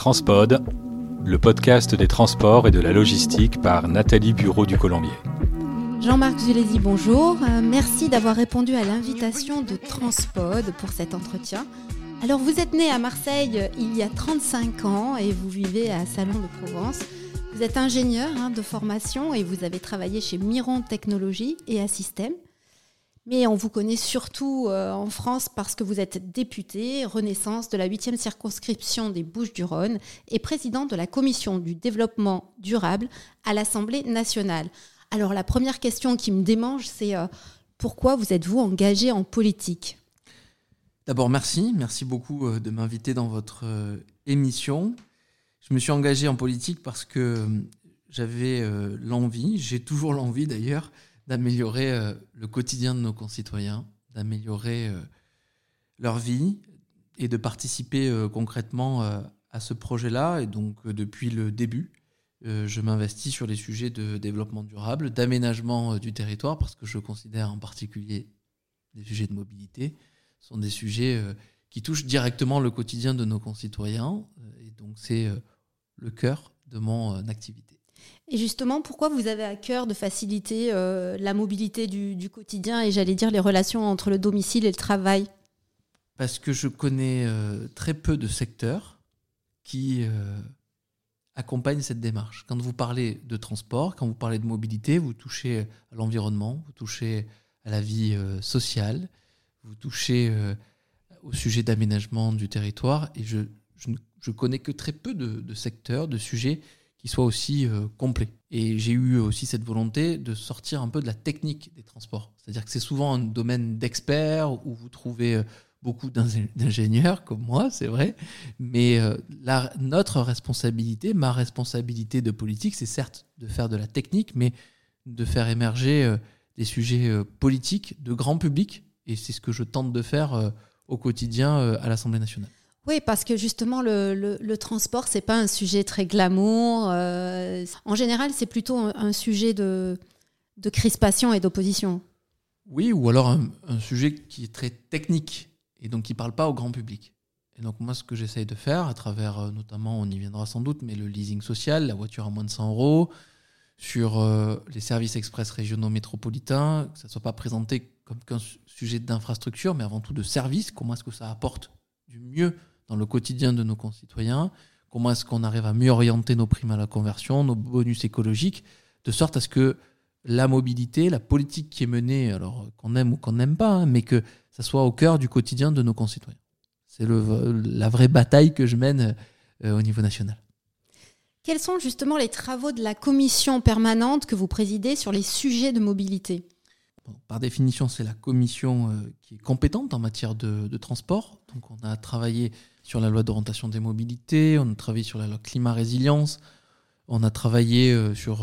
Transpod, le podcast des transports et de la logistique par Nathalie Bureau du Colombier. Jean-Marc Zulesi, bonjour. Merci d'avoir répondu à l'invitation de Transpod pour cet entretien. Alors, vous êtes né à Marseille il y a 35 ans et vous vivez à Salon de Provence. Vous êtes ingénieur de formation et vous avez travaillé chez Miron Technologies et Assystem. Mais on vous connaît surtout en France parce que vous êtes député Renaissance de la 8e circonscription des Bouches-du-Rhône et président de la Commission du développement durable à l'Assemblée nationale. Alors la première question qui me démange, c'est pourquoi vous êtes-vous engagé en politique ? D'abord, merci beaucoup de m'inviter dans votre émission. Je me suis engagé en politique parce que j'avais l'envie, j'ai toujours l'envie d'ailleurs, d'améliorer le quotidien de nos concitoyens, d'améliorer leur vie et de participer concrètement à ce projet-là. Et donc, depuis le début, je m'investis sur les sujets de développement durable, d'aménagement du territoire, parce que je considère en particulier les sujets de mobilité sont des sujets qui touchent directement le quotidien de nos concitoyens. Et donc, c'est le cœur de mon activité. Et justement, pourquoi vous avez à cœur de faciliter la mobilité du quotidien et j'allais dire les relations entre le domicile et le travail ? Parce que je connais très peu de secteurs qui accompagnent cette démarche. Quand vous parlez de transport, quand vous parlez de mobilité, vous touchez à l'environnement, vous touchez à la vie sociale, vous touchez au sujet d'aménagement du territoire. Et je connais que très peu de secteurs, de sujets qui soit aussi complet. Et j'ai eu aussi cette volonté de sortir un peu de la technique des transports. C'est-à-dire que c'est souvent un domaine d'experts où vous trouvez beaucoup d'ingénieurs comme moi, c'est vrai. Mais notre responsabilité, ma responsabilité de politique, c'est certes de faire de la technique, mais de faire émerger des sujets politiques de grand public. Et c'est ce que je tente de faire au quotidien à l'Assemblée nationale. Oui, parce que justement, le transport, c'est pas un sujet très glamour. En général, c'est plutôt un sujet de crispation et d'opposition. Oui, ou alors un sujet qui est très technique et donc qui ne parle pas au grand public. Et donc moi, ce que j'essaye de faire, à travers notamment, on y viendra sans doute, mais le leasing social, la voiture à moins de 100 €, sur les services express régionaux métropolitains, que ça ne soit pas présenté comme qu'un sujet d'infrastructure, mais avant tout de service. Comment est-ce que ça apporte du mieux dans le quotidien de nos concitoyens, comment est-ce qu'on arrive à mieux orienter nos primes à la conversion, nos bonus écologiques, de sorte à ce que la mobilité, la politique qui est menée, alors qu'on aime ou qu'on n'aime pas, mais que ça soit au cœur du quotidien de nos concitoyens. C'est la vraie bataille que je mène au niveau national. Quels sont justement les travaux de la commission permanente que vous présidez sur les sujets de mobilité ? Par définition, c'est la commission qui est compétente en matière de transport. Donc, on a travaillé sur la loi d'orientation des mobilités, on a travaillé sur la loi climat-résilience, on a travaillé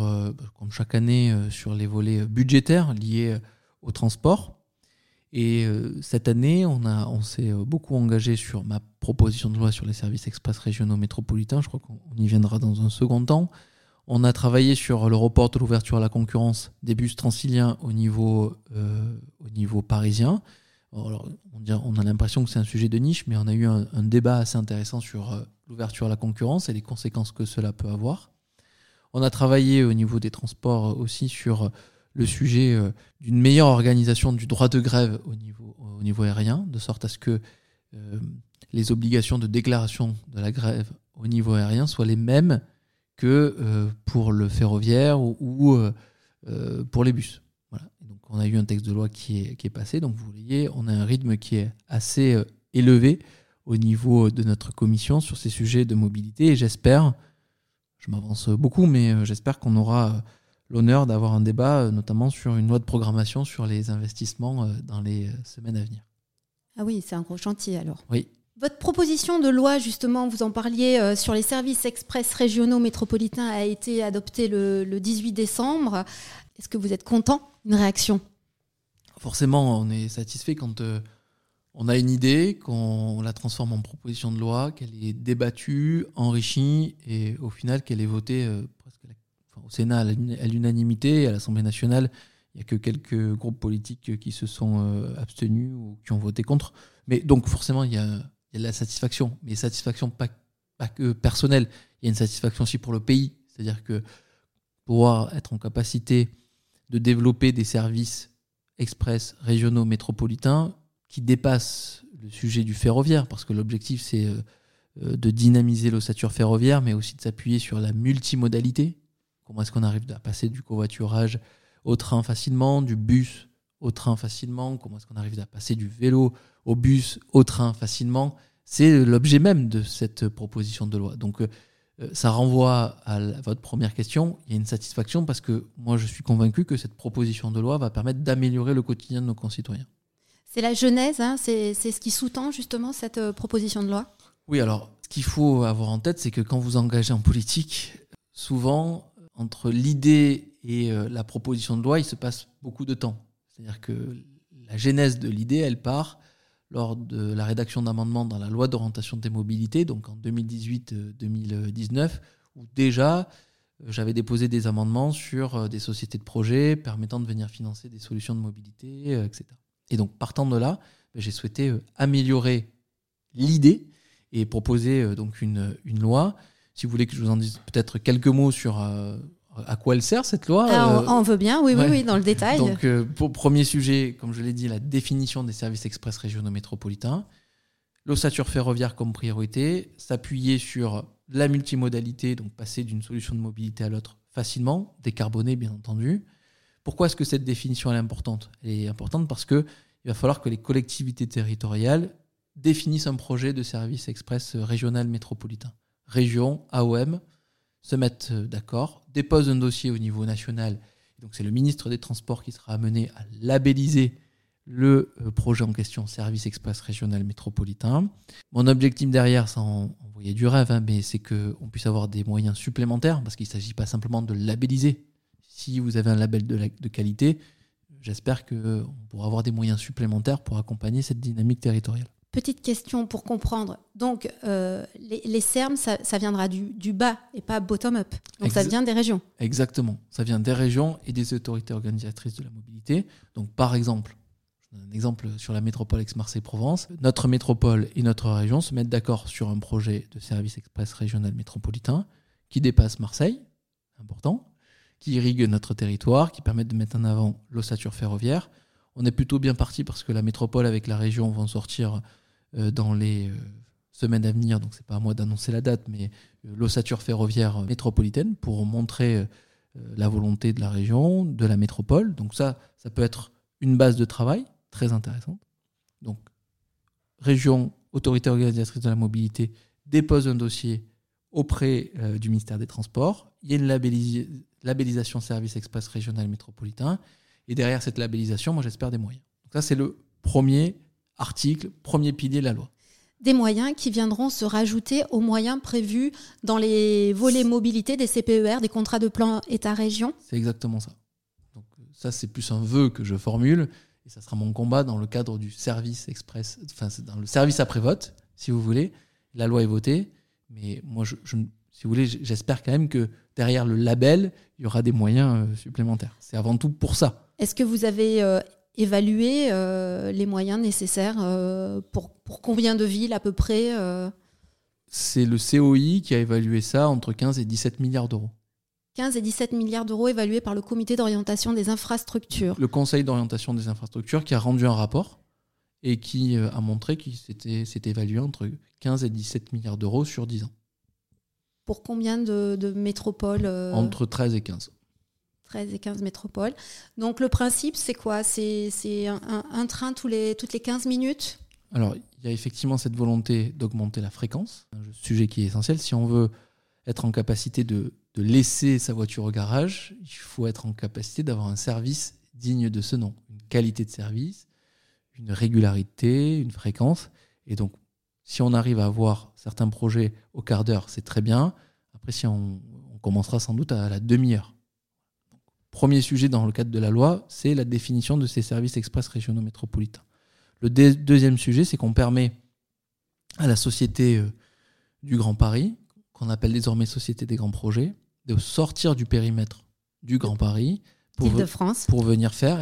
comme chaque année, sur les volets budgétaires liés au transport. Et cette année, on s'est beaucoup engagé sur ma proposition de loi sur les services express régionaux métropolitains. Je crois qu'on y viendra dans un second temps. On a travaillé sur le report de l'ouverture à la concurrence des bus transiliens au niveau parisien. Alors, on a l'impression que c'est un sujet de niche, mais on a eu un débat assez intéressant sur l'ouverture à la concurrence et les conséquences que cela peut avoir. On a travaillé au niveau des transports aussi sur le sujet d'une meilleure organisation du droit de grève au niveau aérien, de sorte à ce que les obligations de déclaration de la grève au niveau aérien soient les mêmes que pour le ferroviaire ou pour les bus. Voilà. Donc on a eu un texte de loi qui est passé, donc vous voyez, on a un rythme qui est assez élevé au niveau de notre commission sur ces sujets de mobilité et j'espère, je m'avance beaucoup, mais j'espère qu'on aura l'honneur d'avoir un débat notamment sur une loi de programmation sur les investissements dans les semaines à venir. Ah oui, c'est un gros chantier alors. Oui. Votre proposition de loi, justement, vous en parliez, sur les services express régionaux métropolitains a été adoptée le 18 décembre. Est-ce que vous êtes content ? Une réaction ? Forcément, on est satisfait quand on a une idée, qu'on la transforme en proposition de loi, qu'elle est débattue, enrichie et au final qu'elle est votée au Sénat à l'unanimité. À l'Assemblée nationale, il n'y a que quelques groupes politiques qui se sont abstenus ou qui ont voté contre. Mais donc forcément, il y a de la satisfaction, mais satisfaction pas pas que personnelle, il y a une satisfaction aussi pour le pays. C'est-à-dire que pouvoir être en capacité de développer des services express régionaux métropolitains qui dépassent le sujet du ferroviaire, parce que l'objectif, c'est de dynamiser l'ossature ferroviaire, mais aussi de s'appuyer sur la multimodalité. Comment est-ce qu'on arrive à passer du covoiturage au train facilement, du bus au train facilement, comment est-ce qu'on arrive à passer du vélo au bus, au train facilement. C'est l'objet même de cette proposition de loi. Donc ça renvoie à votre première question. Il y a une satisfaction parce que moi je suis convaincu que cette proposition de loi va permettre d'améliorer le quotidien de nos concitoyens. C'est la genèse, c'est ce qui sous-tend justement cette proposition de loi ? Oui, alors ce qu'il faut avoir en tête, c'est que quand vous engagez en politique, souvent entre l'idée et la proposition de loi, il se passe beaucoup de temps. C'est-à-dire que la genèse de l'idée, elle part lors de la rédaction d'amendements dans la loi d'orientation des mobilités, donc en 2018-2019, où déjà j'avais déposé des amendements sur des sociétés de projets permettant de venir financer des solutions de mobilité, etc. Et donc partant de là, j'ai souhaité améliorer l'idée et proposer donc une loi. Si vous voulez que je vous en dise peut-être quelques mots sur à quoi elle sert cette loi. On veut bien, oui, dans le détail. Donc, pour premier sujet, comme je l'ai dit, la définition des services express régionaux métropolitains, l'ossature ferroviaire comme priorité, s'appuyer sur la multimodalité, donc passer d'une solution de mobilité à l'autre facilement, décarbonée bien entendu. Pourquoi est-ce que cette définition elle est importante ? Elle est importante parce qu'il va falloir que les collectivités territoriales définissent un projet de service express régional métropolitain. Région, AOM, se mettent d'accord, déposent un dossier au niveau national. Donc c'est le ministre des Transports qui sera amené à labelliser le projet en question, service express régional métropolitain. Mon objectif derrière, sans envoyer du rêve, mais c'est qu'on puisse avoir des moyens supplémentaires, parce qu'il ne s'agit pas simplement de labelliser. Si vous avez un label de qualité, j'espère qu'on pourra avoir des moyens supplémentaires pour accompagner cette dynamique territoriale. Petite question pour comprendre. Donc, les CERM, ça viendra du bas et pas bottom-up. Donc, ça vient des régions. Exactement. Ça vient des régions et des autorités organisatrices de la mobilité. Donc, par exemple, je donne un exemple sur la métropole Aix-Marseille-Provence. Notre métropole et notre région se mettent d'accord sur un projet de service express régional métropolitain qui dépasse Marseille, important, qui irrigue notre territoire, qui permet de mettre en avant l'ossature ferroviaire. On est plutôt bien parti parce que la métropole avec la région vont sortir dans les semaines à venir, donc c'est pas à moi d'annoncer la date, mais l'ossature ferroviaire métropolitaine pour montrer la volonté de la région, de la métropole. Donc ça peut être une base de travail très intéressante. Donc région, autorité organisatrice de la mobilité dépose un dossier auprès du ministère des Transports. Il y a une labellisation service express régional métropolitain. Et derrière cette labellisation, moi j'espère des moyens. Donc ça c'est le premier article, premier pilier de la loi. Des moyens qui viendront se rajouter aux moyens prévus dans les volets mobilité des CPER, des contrats de plan État-région. C'est exactement ça. Donc ça c'est plus un vœu que je formule et ça sera mon combat dans le cadre du service express, enfin c'est dans le service après-vote, si vous voulez. La loi est votée, mais moi si vous voulez, j'espère quand même que derrière le label, il y aura des moyens supplémentaires. C'est avant tout pour ça. Est-ce que vous avez évalué les moyens nécessaires pour combien de villes à peu près C'est le COI qui a évalué ça entre 15 et 17 milliards d'euros. 15 et 17 milliards d'euros évalués par le comité d'orientation des infrastructures. Le conseil d'orientation des infrastructures qui a rendu un rapport et qui a montré qu'il s'était évalué entre 15 et 17 milliards d'euros sur 10 ans. Pour combien de métropoles Entre 13 et 15. 13 et 15 métropoles. Donc le principe, c'est quoi ? C'est un train toutes les 15 minutes ? Alors, il y a effectivement cette volonté d'augmenter la fréquence, un sujet qui est essentiel. Si on veut être en capacité de laisser sa voiture au garage, il faut être en capacité d'avoir un service digne de ce nom. Une qualité de service, une régularité, une fréquence. Et donc, si on arrive à avoir certains projets au quart d'heure, c'est très bien. Après, si on commencera sans doute à la demi-heure. Premier sujet dans le cadre de la loi, c'est la définition de ces services express régionaux métropolitains. Le deuxième sujet, c'est qu'on permet à la Société du Grand Paris, qu'on appelle désormais Société des Grands Projets, de sortir du périmètre du Grand Paris pour venir faire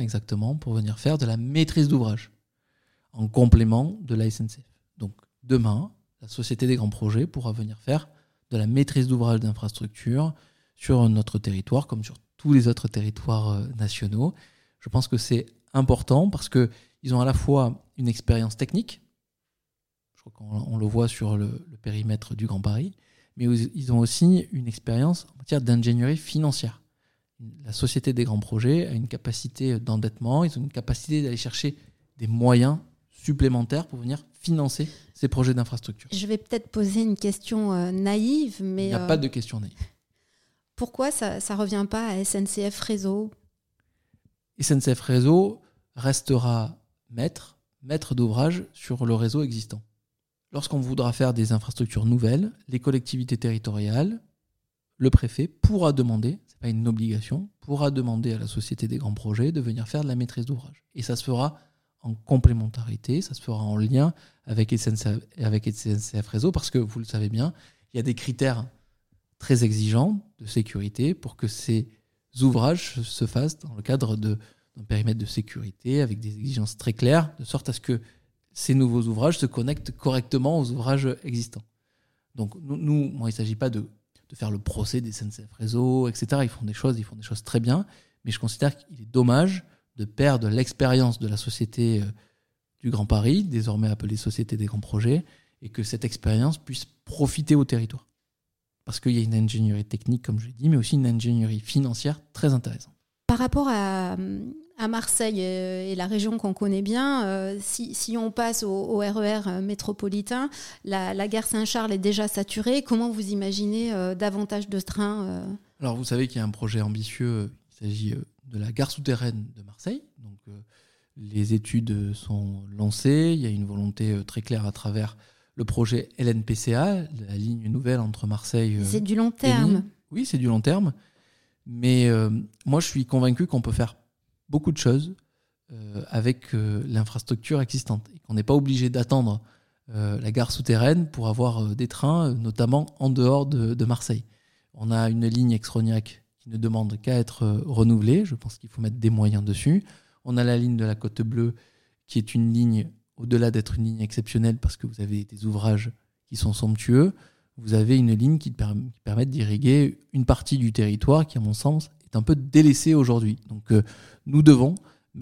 de la maîtrise d'ouvrage en complément de la SNCF. Donc demain, la Société des grands projets pourra venir faire de la maîtrise d'ouvrage d'infrastructure sur notre territoire, comme sur tous les autres territoires nationaux. Je pense que c'est important parce qu'ils ont à la fois une expérience technique, je crois qu'on le voit sur le périmètre du Grand Paris, mais ils ont aussi une expérience en matière d'ingénierie financière. La Société des grands projets a une capacité d'endettement, ils ont une capacité d'aller chercher des moyens supplémentaires pour venir financer ces projets d'infrastructure. Je vais peut-être poser une question naïve, mais... Il n'y a pas de question naïve. Pourquoi ça ne revient pas à SNCF Réseau ? SNCF Réseau restera maître d'ouvrage sur le réseau existant. Lorsqu'on voudra faire des infrastructures nouvelles, les collectivités territoriales, le préfet pourra demander, ce n'est pas une obligation, pourra demander à la Société des grands projets de venir faire de la maîtrise d'ouvrage. Et ça se fera en complémentarité, ça se fera en lien avec SNCF Réseau, parce que vous le savez bien, il y a des critères très exigeants de sécurité pour que ces ouvrages se fassent dans le cadre d'un périmètre de sécurité avec des exigences très claires, de sorte à ce que ces nouveaux ouvrages se connectent correctement aux ouvrages existants. Donc nous, il ne s'agit pas de faire le procès des SNCF Réseau, etc. Ils font des choses très bien, mais je considère qu'il est dommage de perdre l'expérience de la Société du Grand Paris, désormais appelée Société des grands projets, et que cette expérience puisse profiter au territoire. Parce qu'il y a une ingénierie technique, comme je l'ai dit, mais aussi une ingénierie financière très intéressante. Par rapport à Marseille et la région qu'on connaît bien, si on passe au RER métropolitain, la gare Saint-Charles est déjà saturée. Comment vous imaginez davantage de trains Alors vous savez qu'il y a un projet ambitieux, il s'agit de la gare souterraine de Marseille. Donc les études sont lancées, il y a une volonté très claire à travers le projet LNPCA, la ligne nouvelle entre Marseille C'est du long terme. Nîmes. Oui, c'est du long terme. Mais moi, je suis convaincu qu'on peut faire beaucoup de choses avec l'infrastructure existante. Et qu'on n'est pas obligé d'attendre la gare souterraine pour avoir des trains, notamment en dehors de Marseille. On a une ligne Extroniac qui ne demande qu'à être renouvelée. Je pense qu'il faut mettre des moyens dessus. On a la ligne de la Côte Bleue qui est une ligne, au-delà d'être une ligne exceptionnelle parce que vous avez des ouvrages qui sont somptueux, vous avez une ligne qui permet d'irriguer une partie du territoire qui, à mon sens, est un peu délaissée aujourd'hui. Donc nous devons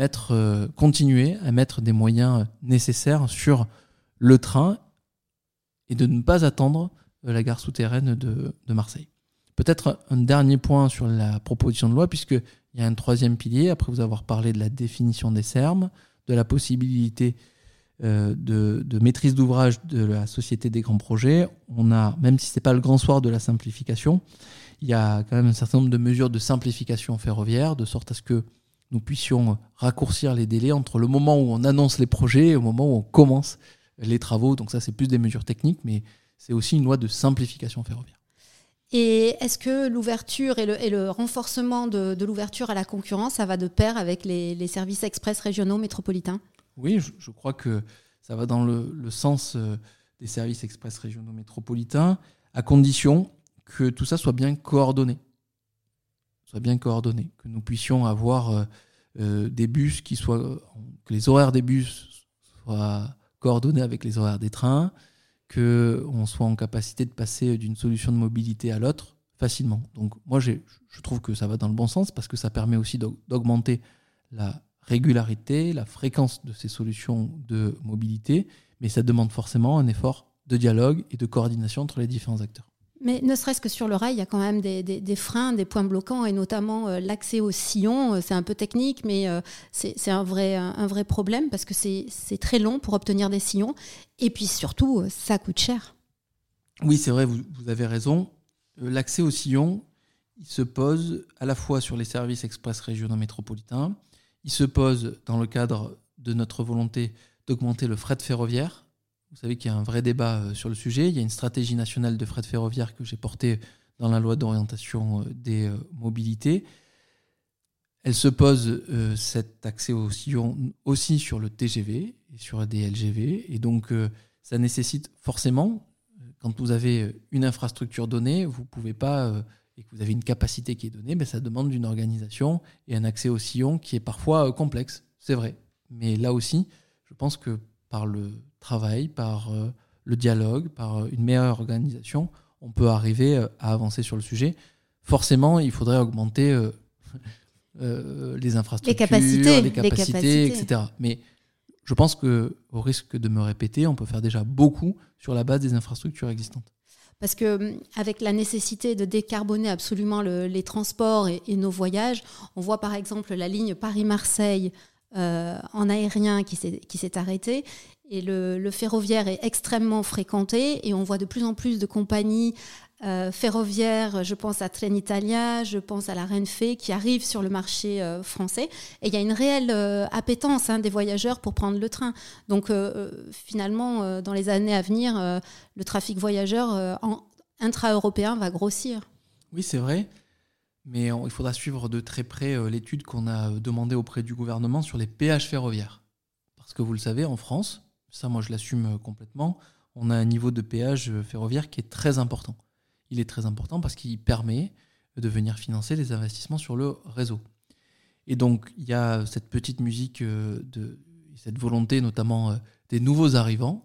continuer à mettre des moyens nécessaires sur le train et de ne pas attendre la gare souterraine de Marseille. Peut-être un dernier point sur la proposition de loi, puisqu'il y a un troisième pilier, après vous avoir parlé de la définition des SERM, de la possibilité de maîtrise d'ouvrage de la Société des grands projets. On a, même si ce n'est pas le grand soir de la simplification, il y a quand même un certain nombre de mesures de simplification ferroviaire, de sorte à ce que nous puissions raccourcir les délais entre le moment où on annonce les projets et au moment où on commence les travaux. Donc ça, c'est plus des mesures techniques, mais c'est aussi une loi de simplification ferroviaire. Et est-ce que l'ouverture et le renforcement de l'ouverture à la concurrence, ça va de pair avec les services express régionaux métropolitains ? Oui, je crois que ça va dans le sens des services express régionaux métropolitains, à condition que tout ça soit bien coordonné. Que nous puissions avoir des bus que les horaires des bus soient coordonnés avec les horaires des trains, qu'on soit en capacité de passer d'une solution de mobilité à l'autre facilement. Donc moi, je trouve que ça va dans le bon sens parce que ça permet aussi d'augmenter la régularité, la fréquence de ces solutions de mobilité, mais ça demande forcément un effort de dialogue et de coordination entre les différents acteurs. Mais ne serait-ce que sur le rail, il y a quand même des freins, des points bloquants, et notamment l'accès aux sillons. C'est un peu technique, mais c'est un vrai problème parce que c'est très long pour obtenir des sillons. Et puis surtout, ça coûte cher. Oui, c'est vrai, vous avez raison. L'accès aux sillons, il se pose à la fois sur les services express régionaux métropolitains, il se pose dans le cadre de notre volonté d'augmenter le fret ferroviaire. Vous savez qu'il y a un vrai débat sur le sujet. Il y a une stratégie nationale de fret ferroviaire que j'ai portée dans la loi d'orientation des mobilités. Elle se pose cet accès aux sillons aussi sur le TGV et sur des LGV. Et donc, ça nécessite forcément, quand vous avez une infrastructure donnée, vous ne pouvez pas, et que vous avez une capacité qui est donnée, mais ça demande une organisation et un accès aux sillons qui est parfois complexe, c'est vrai. Mais là aussi, je pense que par le travail, par le dialogue, par une meilleure organisation, on peut arriver à avancer sur le sujet. Forcément, il faudrait augmenter les infrastructures, les capacités, etc. Mais je pense qu'au risque de me répéter, on peut faire déjà beaucoup sur la base des infrastructures existantes. Parce qu'avec la nécessité de décarboner absolument les transports et nos voyages, on voit par exemple la ligne Paris-Marseille en aérien qui s'est arrêtée. Et le ferroviaire est extrêmement fréquenté et on voit de plus en plus de compagnies ferroviaires, je pense à Trenitalia, je pense à la Renfe, qui arrivent sur le marché français. Et il y a une réelle appétence des voyageurs pour prendre le train. Donc finalement, dans les années à venir, le trafic voyageur intra-européen va grossir. Oui, c'est vrai. Mais il faudra suivre de très près l'étude qu'on a demandée auprès du gouvernement sur les péages ferroviaires. Parce que vous le savez, en France, ça moi je l'assume complètement, on a un niveau de péage ferroviaire qui est très important. Il est très important parce qu'il permet de venir financer les investissements sur le réseau. Et donc il y a cette petite musique, cette volonté notamment des nouveaux arrivants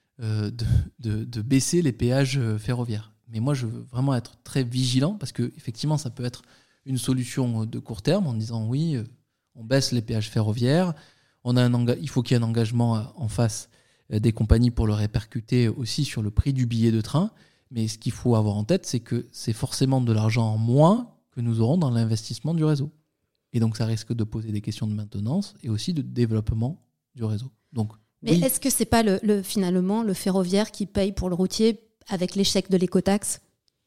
de baisser les péages ferroviaires. Mais moi je veux vraiment être très vigilant parce qu'effectivement ça peut être une solution de court terme en disant oui, on baisse les péages ferroviaires, il faut qu'il y ait un engagement en face des compagnies pour le répercuter aussi sur le prix du billet de train. Mais ce qu'il faut avoir en tête, c'est que c'est forcément de l'argent en moins que nous aurons dans l'investissement du réseau. Et donc ça risque de poser des questions de maintenance et aussi de développement du réseau. Donc, mais oui. Est-ce que c'est pas finalement le ferroviaire qui paye pour le routier avec l'échec de l'écotaxe ?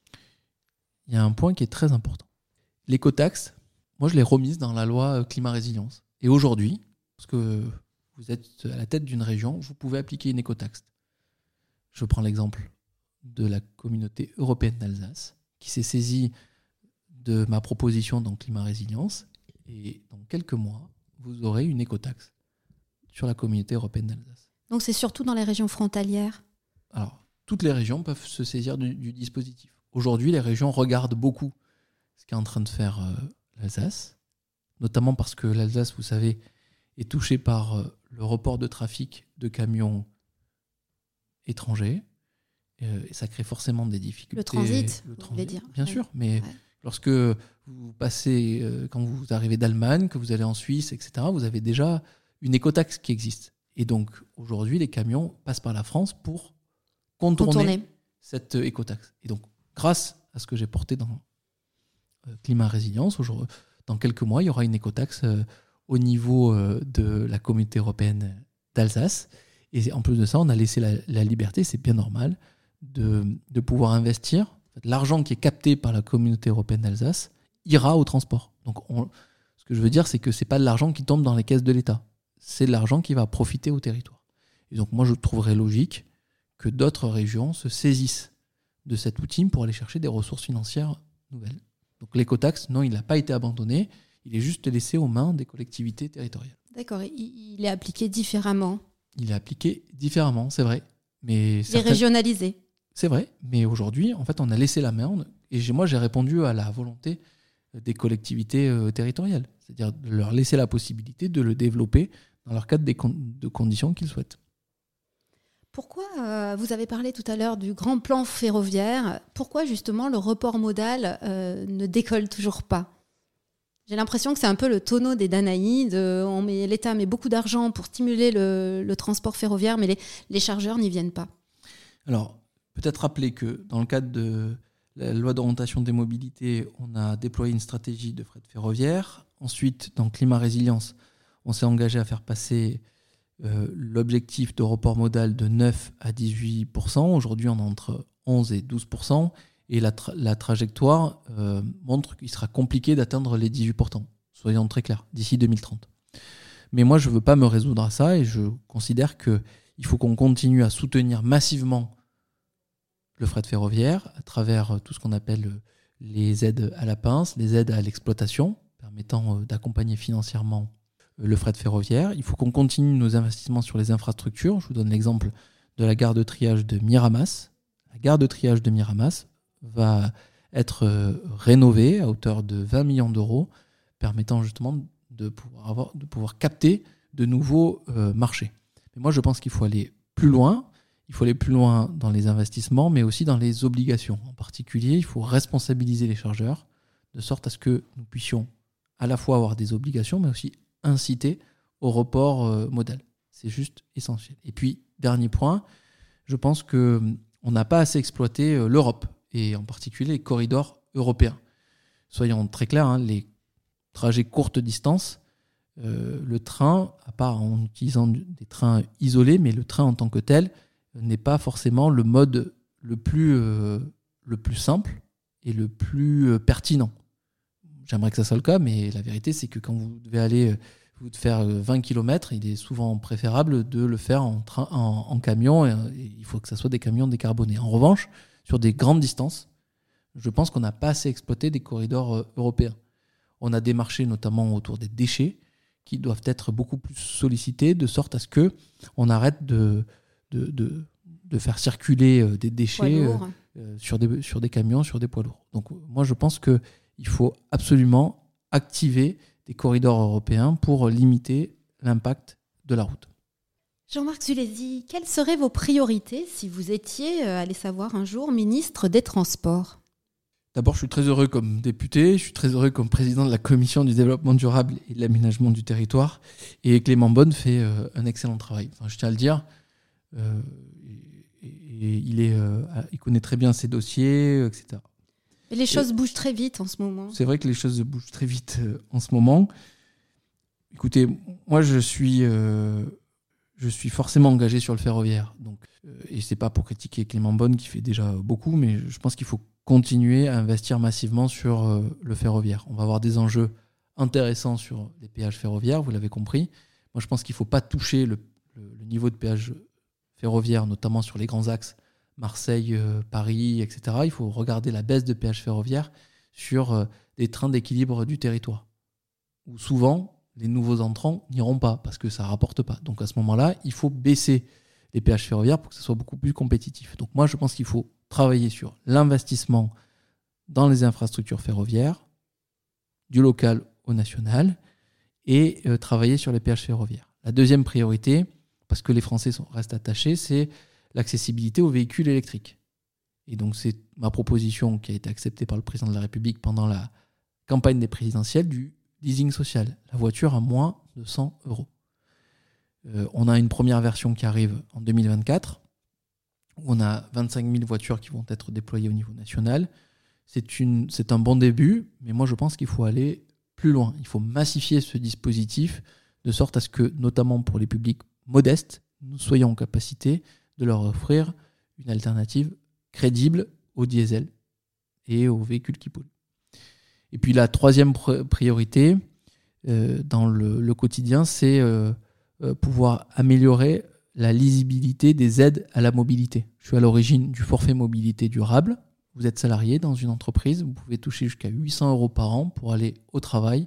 Il y a un point qui est très important. L'écotaxe, moi je l'ai remise dans la loi climat-résilience. Et aujourd'hui, parce que vous êtes à la tête d'une région, vous pouvez appliquer une écotaxe. Je prends l'exemple de la communauté européenne d'Alsace, qui s'est saisie de ma proposition dans climat-résilience. Et dans quelques mois, vous aurez une écotaxe sur la communauté européenne d'Alsace. Donc c'est surtout dans les régions frontalières ? Alors, toutes les régions peuvent se saisir du dispositif. Aujourd'hui, les régions regardent beaucoup ce qu'est en train de faire l'Alsace, notamment parce que l'Alsace, vous savez, est touchée par le report de trafic de camions étrangers. Et ça crée forcément des difficultés. Le transit, vous voulez dire. Bien sûr, mais lorsque vous passez, quand vous arrivez d'Allemagne, que vous allez en Suisse, etc., vous avez déjà une écotaxe qui existe. Et donc, aujourd'hui, les camions passent par la France pour contourner cette écotaxe. Et donc, grâce à ce que j'ai porté dans Climat Résilience, dans quelques mois, il y aura une écotaxe au niveau de la communauté européenne d'Alsace. Et en plus de ça, on a laissé la liberté, c'est bien normal, de pouvoir investir. L'argent qui est capté par la communauté européenne d'Alsace ira au transport. Donc, ce que je veux dire, c'est que ce n'est pas de l'argent qui tombe dans les caisses de l'État. C'est de l'argent qui va profiter au territoire. Et donc, moi, je trouverais logique que d'autres régions se saisissent de cet outil pour aller chercher des ressources financières nouvelles. Donc, l'écotaxe, non, il n'a pas été abandonné. Il est juste laissé aux mains des collectivités territoriales. D'accord. Il est appliqué différemment. Il est appliqué différemment, c'est vrai. Mais il est régionalisé. C'est vrai, mais aujourd'hui, en fait, on a laissé la main. Et moi, j'ai répondu à la volonté des collectivités territoriales. C'est-à-dire de leur laisser la possibilité de le développer dans leur cadre de conditions qu'ils souhaitent. Pourquoi, vous avez parlé tout à l'heure du grand plan ferroviaire, pourquoi justement le report modal ne décolle toujours pas ? J'ai l'impression que c'est un peu le tonneau des Danaïdes. L'État met beaucoup d'argent pour stimuler le transport ferroviaire, mais les chargeurs n'y viennent pas. Alors, peut-être rappeler que dans le cadre de la loi d'orientation des mobilités, on a déployé une stratégie de fret ferroviaire. Ensuite, dans Climat Résilience, on s'est engagé à faire passer l'objectif de report modal de 9 à 18%. Aujourd'hui, on est entre 11 et 12%. Et la trajectoire montre qu'il sera compliqué d'atteindre les 18%, soyons très clairs, d'ici 2030. Mais moi, je ne veux pas me résoudre à ça et je considère qu'il faut qu'on continue à soutenir massivement le fret ferroviaire à travers tout ce qu'on appelle les aides à la pince, les aides à l'exploitation, permettant d'accompagner financièrement le fret ferroviaire. Il faut qu'on continue nos investissements sur les infrastructures. Je vous donne l'exemple de la gare de triage de Miramas. La gare de triage de Miramas va être rénovée à hauteur de 20 millions d'euros, permettant justement de pouvoir capter de nouveaux marchés. Mais moi, je pense qu'il faut aller plus loin. il faut aller plus loin dans les investissements, mais aussi dans les obligations. En particulier, il faut responsabiliser les chargeurs, de sorte à ce que nous puissions à la fois avoir des obligations, mais aussi inciter au report modal. C'est juste essentiel. Et puis, dernier point, je pense qu'on n'a pas assez exploité l'Europe, et en particulier les corridors européens. Soyons très clairs, les trajets courte distance, le train, à part en utilisant des trains isolés, mais le train en tant que tel n'est pas forcément le mode le plus simple et le plus pertinent. J'aimerais que ça soit le cas, mais la vérité, c'est que quand vous devez aller faire 20 km, il est souvent préférable de le faire en camion, et il faut que ça soit des camions décarbonés. En revanche, sur des grandes distances, je pense qu'on n'a pas assez exploité des corridors européens. On a des marchés, notamment autour des déchets, qui doivent être beaucoup plus sollicités, de sorte à ce qu'on arrête de faire circuler des déchets sur des camions, sur des poids lourds. Donc moi, je pense qu'il faut absolument activer des corridors européens pour limiter l'impact de la route. Jean-Marc Zulesi, quelles seraient vos priorités si vous étiez, allez savoir un jour, ministre des Transports ? D'abord, je suis très heureux comme député, je suis très heureux comme président de la Commission du développement durable et de l'aménagement du territoire. Et Clément Beaune fait un excellent travail. Enfin, je tiens à le dire. Il connaît très bien ses dossiers, etc. Et les choses bougent très vite en ce moment. C'est vrai que les choses bougent très vite en ce moment. Écoutez, moi, je suis forcément engagé sur le ferroviaire. Donc, et c'est pas pour critiquer Clément Beaune qui fait déjà beaucoup, mais je pense qu'il faut continuer à investir massivement sur le ferroviaire. On va avoir des enjeux intéressants sur les péages ferroviaires, vous l'avez compris. Moi, je pense qu'il ne faut pas toucher le niveau de péage ferroviaire, notamment sur les grands axes Marseille, Paris, etc. Il faut regarder la baisse de péage ferroviaire sur des trains d'équilibre du territoire, où souvent, les nouveaux entrants n'iront pas parce que ça ne rapporte pas. Donc à ce moment-là, il faut baisser les péages ferroviaires pour que ce soit beaucoup plus compétitif. Donc moi, je pense qu'il faut travailler sur l'investissement dans les infrastructures ferroviaires, du local au national, et travailler sur les péages ferroviaires. La deuxième priorité, parce que les Français restent attachés, c'est l'accessibilité aux véhicules électriques. Et donc c'est ma proposition qui a été acceptée par le président de la République pendant la campagne des présidentielles du leasing social, la voiture à moins de 100 €. On a une première version qui arrive en 2024, où on a 25 000 voitures qui vont être déployées au niveau national. C'est un bon début, mais moi je pense qu'il faut aller plus loin. Il faut massifier ce dispositif de sorte à ce que, notamment pour les publics modestes, nous soyons en capacité de leur offrir une alternative crédible au diesel et aux véhicules qui polluent. Et puis la troisième priorité dans le quotidien, c'est pouvoir améliorer la lisibilité des aides à la mobilité. Je suis à l'origine du forfait mobilité durable. Vous êtes salarié dans une entreprise, vous pouvez toucher jusqu'à 800 € par an pour aller au travail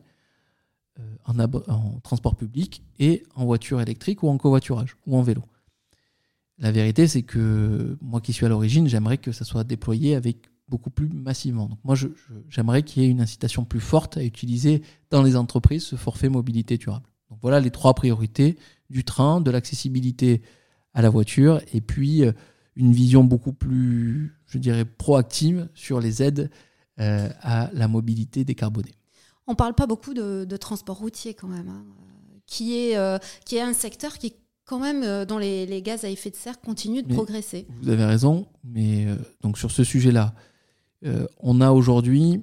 en transport public et en voiture électrique ou en covoiturage ou en vélo. La vérité, c'est que moi qui suis à l'origine, j'aimerais que ça soit déployé avec beaucoup plus massivement. Donc moi, j'aimerais qu'il y ait une incitation plus forte à utiliser dans les entreprises ce forfait mobilité durable. Donc voilà les trois priorités du train, de l'accessibilité à la voiture et puis une vision beaucoup plus, je dirais, proactive sur les aides à la mobilité décarbonée. On ne parle pas beaucoup de transport routier quand même, qui est un secteur qui, quand même, dont les gaz à effet de serre continuent de progresser. Vous avez raison, mais donc sur ce sujet-là, on a aujourd'hui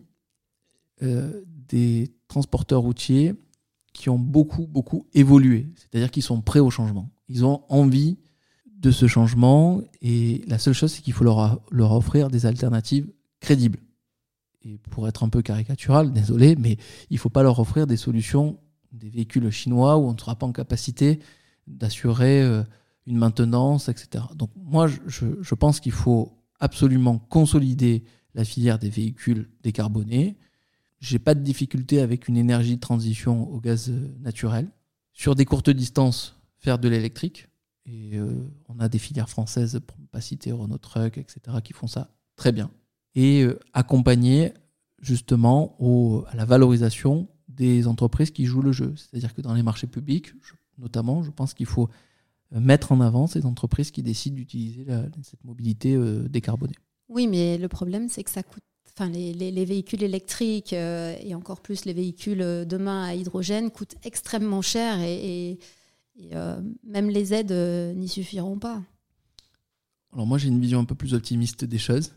des transporteurs routiers qui ont beaucoup évolué, c'est-à-dire qu'ils sont prêts au changement. Ils ont envie de ce changement et la seule chose, c'est qu'il faut leur offrir des alternatives crédibles. Et pour être un peu caricatural, désolé, mais il ne faut pas leur offrir des solutions, des véhicules chinois où on ne sera pas en capacité d'assurer une maintenance, etc. Donc moi, je pense qu'il faut absolument consolider la filière des véhicules décarbonés. J'ai pas de difficulté avec une énergie de transition au gaz naturel. Sur des courtes distances, faire de l'électrique. Et on a des filières françaises, pour ne pas citer Renault Truck, etc., qui font ça très bien. Et accompagner justement à la valorisation des entreprises qui jouent le jeu. C'est-à-dire que dans les marchés publics, notamment, je pense qu'il faut mettre en avant ces entreprises qui décident d'utiliser cette mobilité décarbonée. Oui, mais le problème, c'est que ça coûte. Enfin, les véhicules électriques et encore plus les véhicules demain à hydrogène coûtent extrêmement cher et même les aides n'y suffiront pas. Alors moi, j'ai une vision un peu plus optimiste des choses.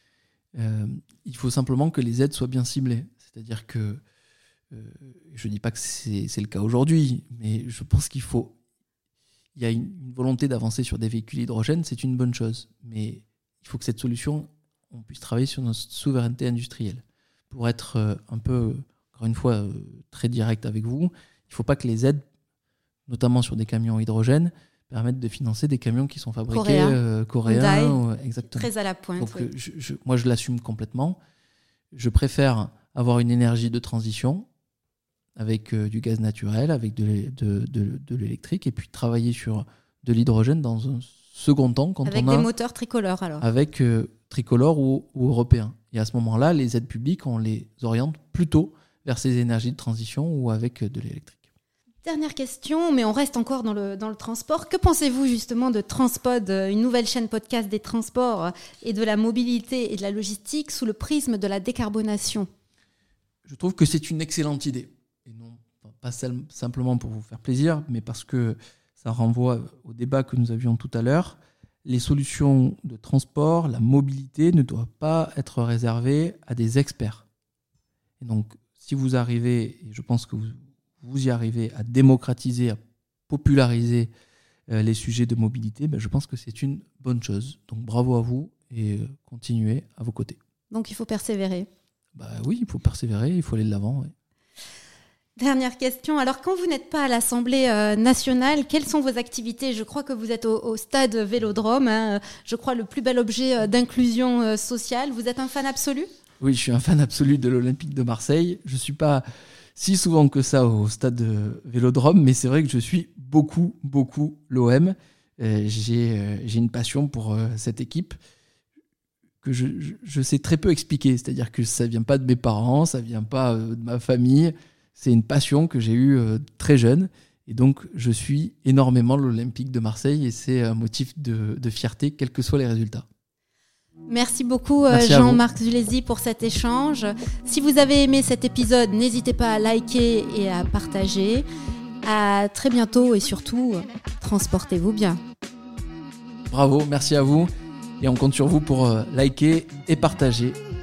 Il faut simplement que les aides soient bien ciblées. C'est-à-dire que, je ne dis pas que c'est le cas aujourd'hui, mais je pense il y a une volonté d'avancer sur des véhicules hydrogène, c'est une bonne chose. Mais il faut que cette solution, on puisse travailler sur notre souveraineté industrielle. Pour être un peu, encore une fois, très direct avec vous, il ne faut pas que les aides, notamment sur des camions hydrogène, permettent de financer des camions qui sont fabriqués coréens. Exactement. Très à la pointe. Donc, oui. moi, je l'assume complètement. Je préfère avoir une énergie de transition avec du gaz naturel, avec de l'électrique, et puis travailler sur de l'hydrogène dans un second temps. Avec des moteurs tricolores, alors. Avec tricolores ou européens. Et à ce moment-là, les aides publiques, on les oriente plutôt vers ces énergies de transition ou avec de l'électrique. Dernière question, mais on reste encore dans le transport. Que pensez-vous justement de Transpod, une nouvelle chaîne podcast des transports et de la mobilité et de la logistique sous le prisme de la décarbonation ? Je trouve que c'est une excellente idée. Et non pas simplement pour vous faire plaisir, mais parce que ça renvoie au débat que nous avions tout à l'heure. Les solutions de transport, la mobilité ne doivent pas être réservées à des experts. Et donc, si vous arrivez, et je pense que vous y arrivez, à démocratiser, à populariser les sujets de mobilité, je pense que c'est une bonne chose. Donc bravo à vous et continuez à vos côtés. Donc il faut persévérer. Oui, il faut persévérer, il faut aller de l'avant. Ouais. Dernière question. Alors, quand vous n'êtes pas à l'Assemblée nationale, quelles sont vos activités ? Je crois que vous êtes au stade Vélodrome, je crois le plus bel objet d'inclusion sociale. Vous êtes un fan absolu ? Oui, je suis un fan absolu de l'Olympique de Marseille. Je ne suis pas si souvent que ça au stade Vélodrome, mais c'est vrai que je suis beaucoup l'OM. J'ai une passion pour cette équipe que je sais très peu expliquer. C'est-à-dire que ça ne vient pas de mes parents, ça ne vient pas de ma famille. C'est une passion que j'ai eue très jeune. Et donc, je suis énormément l'Olympique de Marseille et c'est un motif de fierté, quels que soient les résultats. Merci beaucoup Jean-Marc Zulesi pour cet échange. Si vous avez aimé cet épisode, n'hésitez pas à liker et à partager. À très bientôt et surtout, transportez-vous bien. Bravo, merci à vous. Et on compte sur vous pour liker et partager